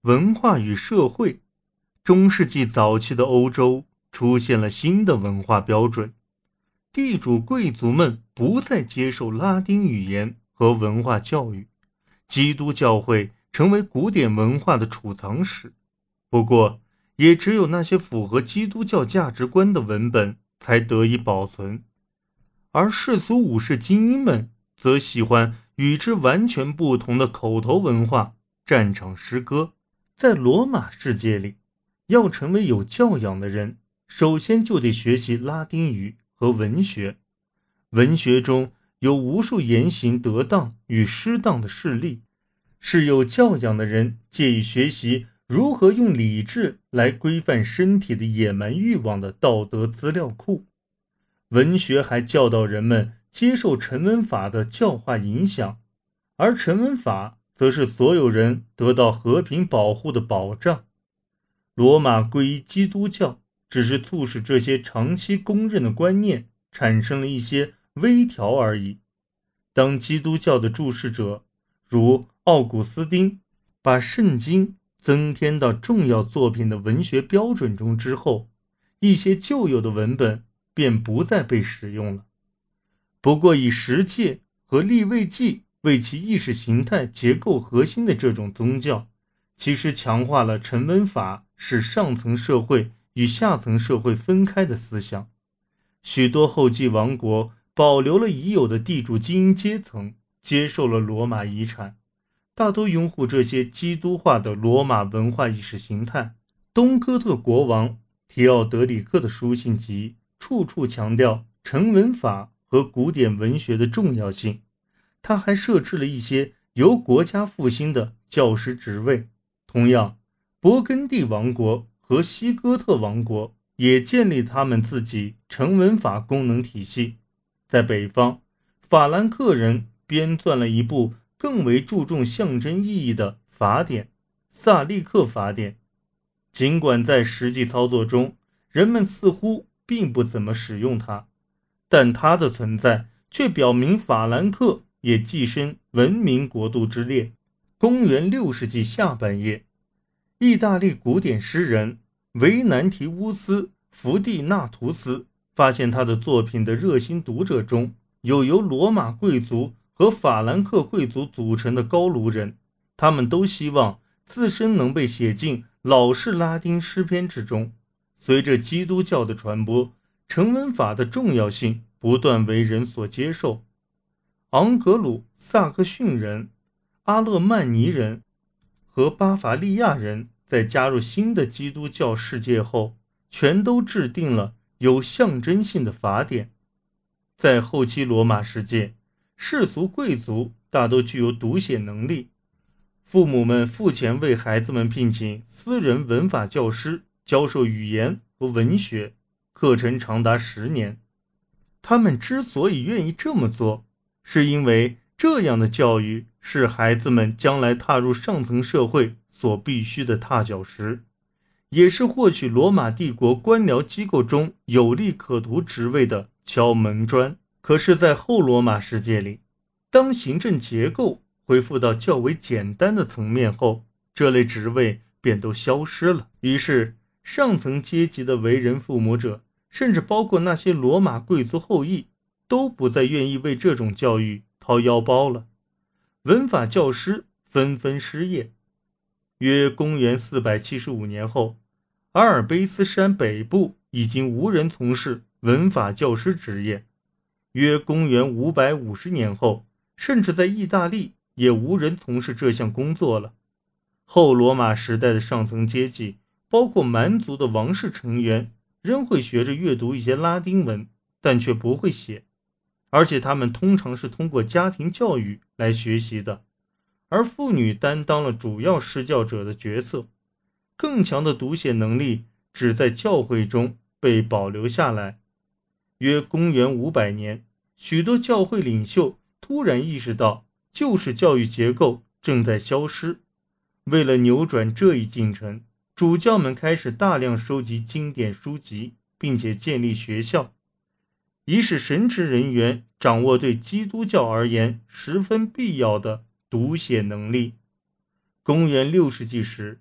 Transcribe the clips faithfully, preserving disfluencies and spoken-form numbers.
文化与社会。中世纪早期的欧洲出现了新的文化标准，地主贵族们不再接受拉丁语言和文化教育，基督教会成为古典文化的储藏室。不过，也只有那些符合基督教价值观的文本才得以保存，而世俗武士精英们则喜欢与之完全不同的口头文化、战场诗歌。在罗马世界里，要成为有教养的人，首先就得学习拉丁语和文学。文学中有无数言行得当与失当的事例，是有教养的人借以学习如何用理智来规范身体的野蛮欲望的道德资料库。文学还教导人们接受成文法的教化影响，而成文法则是所有人得到和平保护的保障。罗马皈依基督教只是促使这些长期公认的观念产生了一些微调而已。当基督教的注释者如奥古斯丁把圣经增添到重要作品的文学标准中之后，一些旧有的文本便不再被使用了。不过以十诫和利未记为其意识形态结构核心的这种宗教，其实强化了成文法是上层社会与下层社会分开的思想。许多后继王国保留了已有的地主精英阶层，接受了罗马遗产，大都拥护这些基督化的罗马文化意识形态。东哥特国王提奥德里克的书信集处处强调成文法和古典文学的重要性，他还设置了一些由国家复兴的教师职位。同样，勃艮第王国和西哥特王国也建立他们自己成文法功能体系。在北方，法兰克人编撰了一部更为注重象征意义的法典《萨利克法典》。尽管在实际操作中，人们似乎并不怎么使用它，但它的存在却表明法兰克也跻身文明国度之列。公元六世纪下半叶，意大利古典诗人维南提乌斯·福蒂纳图斯发现他的作品的热心读者中有由罗马贵族和法兰克贵族组成的高卢人，他们都希望自身能被写进老式拉丁诗篇之中。随着基督教的传播，成文法的重要性不断为人所接受。昂格鲁萨克逊人、阿勒曼尼人和巴伐利亚人在加入新的基督教世界后，全都制定了有象征性的法典。在后期罗马世界，世俗贵族大都具有读写能力，父母们付钱为孩子们聘请私人文法教师，教授语言和文学，课程长达十年。他们之所以愿意这么做，是因为这样的教育是孩子们将来踏入上层社会所必须的踏脚石，也是获取罗马帝国官僚机构中有利可图职位的敲门砖。可是在后罗马世界里，当行政结构恢复到较为简单的层面后，这类职位便都消失了。于是上层阶级的为人父母者，甚至包括那些罗马贵族后裔，都不再愿意为这种教育掏腰包了。文法教师纷纷失业。约公元四百七十五年后，阿尔卑斯山北部已经无人从事文法教师职业。约公元五百五十年后，甚至在意大利也无人从事这项工作了。后罗马时代的上层阶级，包括蛮族的王室成员，仍会学着阅读一些拉丁文，但却不会写，而且他们通常是通过家庭教育来学习的，而妇女担当了主要施教者的角色。更强的读写能力只在教会中被保留下来。约公元五百年，许多教会领袖突然意识到旧式教育结构正在消失。为了扭转这一进程，主教们开始大量收集经典书籍，并且建立学校，以使神职人员掌握对基督教而言十分必要的读写能力。公元六世纪时，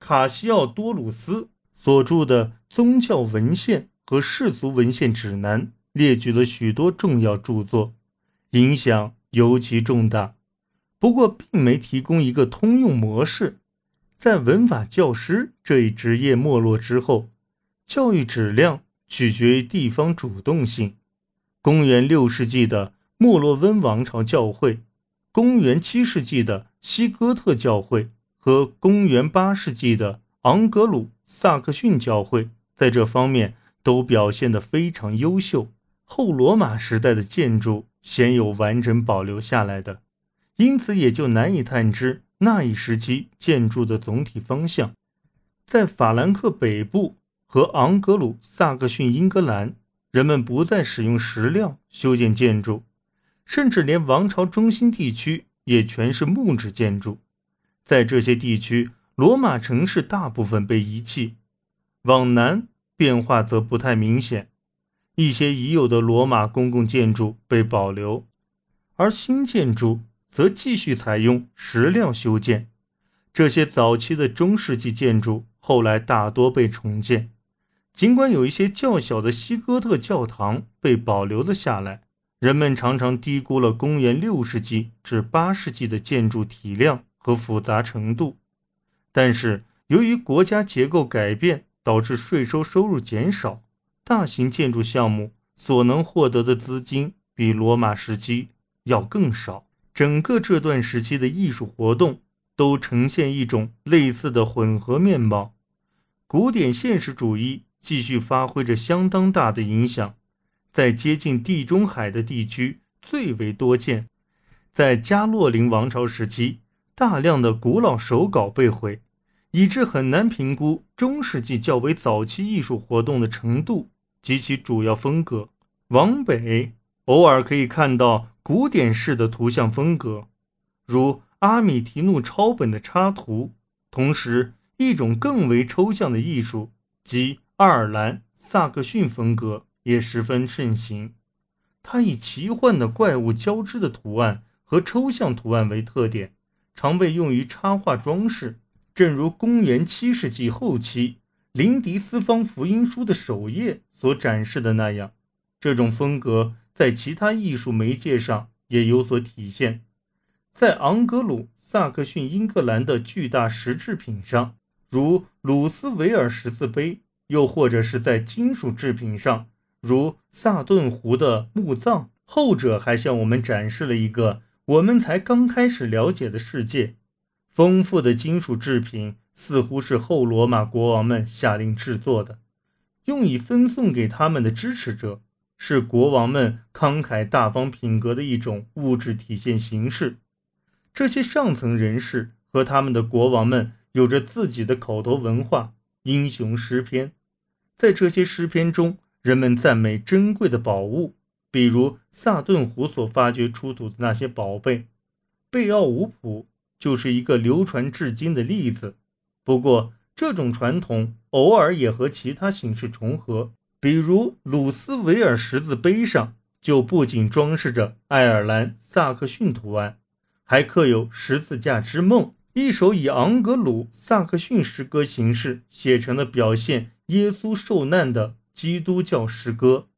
卡西奥多鲁斯所著的《宗教文献和世俗文献指南》列举了许多重要著作，影响尤其重大。不过并没提供一个通用模式。在文法教师这一职业没落之后，教育质量取决于地方主动性。公元六世纪的莫洛温王朝教会，公元七世纪的西哥特教会和公元八世纪的昂格鲁萨克逊教会在这方面都表现得非常优秀。后罗马时代的建筑鲜有完整保留下来的，因此也就难以探知那一时期建筑的总体方向。在法兰克北部和昂格鲁萨克逊英格兰，人们不再使用石料修建建筑，甚至连王朝中心地区也全是木质建筑。在这些地区，罗马城市大部分被遗弃，往南变化则不太明显。一些已有的罗马公共建筑被保留，而新建筑则继续采用石料修建。这些早期的中世纪建筑后来大多被重建，尽管有一些较小的西哥特教堂被保留了下来。人们常常低估了公元六世纪至八世纪的建筑体量和复杂程度，但是由于国家结构改变导致税收收入减少，大型建筑项目所能获得的资金比罗马时期要更少。整个这段时期的艺术活动都呈现一种类似的混合面貌。古典现实主义继续发挥着相当大的影响，在接近地中海的地区最为多见。在加洛林王朝时期，大量的古老手稿被毁，以致很难评估中世纪较为早期艺术活动的程度及其主要风格。往北，偶尔可以看到古典式的图像风格，如阿米提努抄本的插图。同时，一种更为抽象的艺术，即爱尔兰萨克逊风格也十分盛行。它以奇幻的怪物交织的图案和抽象图案为特点，常被用于插画装饰。正如公元七世纪后期林迪斯方福音书的首页所展示的那样，这种风格在其他艺术媒介上也有所体现。在昂格鲁萨克逊英格兰的巨大石制品上，如鲁斯维尔十字碑，又或者是在金属制品上，如萨顿湖的墓葬，后者还向我们展示了一个我们才刚开始了解的世界。丰富的金属制品似乎是后罗马国王们下令制作的，用以分送给他们的支持者，是国王们慷慨大方品格的一种物质体现形式。这些上层人士和他们的国王们有着自己的口头文化、英雄诗篇。在这些诗篇中，人们赞美珍贵的宝物，比如萨顿湖所发掘出土的那些宝贝。贝奥武普就是一个流传至今的例子。不过，这种传统偶尔也和其他形式重合，比如鲁斯维尔十字碑上就不仅装饰着爱尔兰萨克逊图案，还刻有十字架之梦，一首以昂格鲁萨克逊诗歌形式写成的表现耶稣受难的基督教诗歌。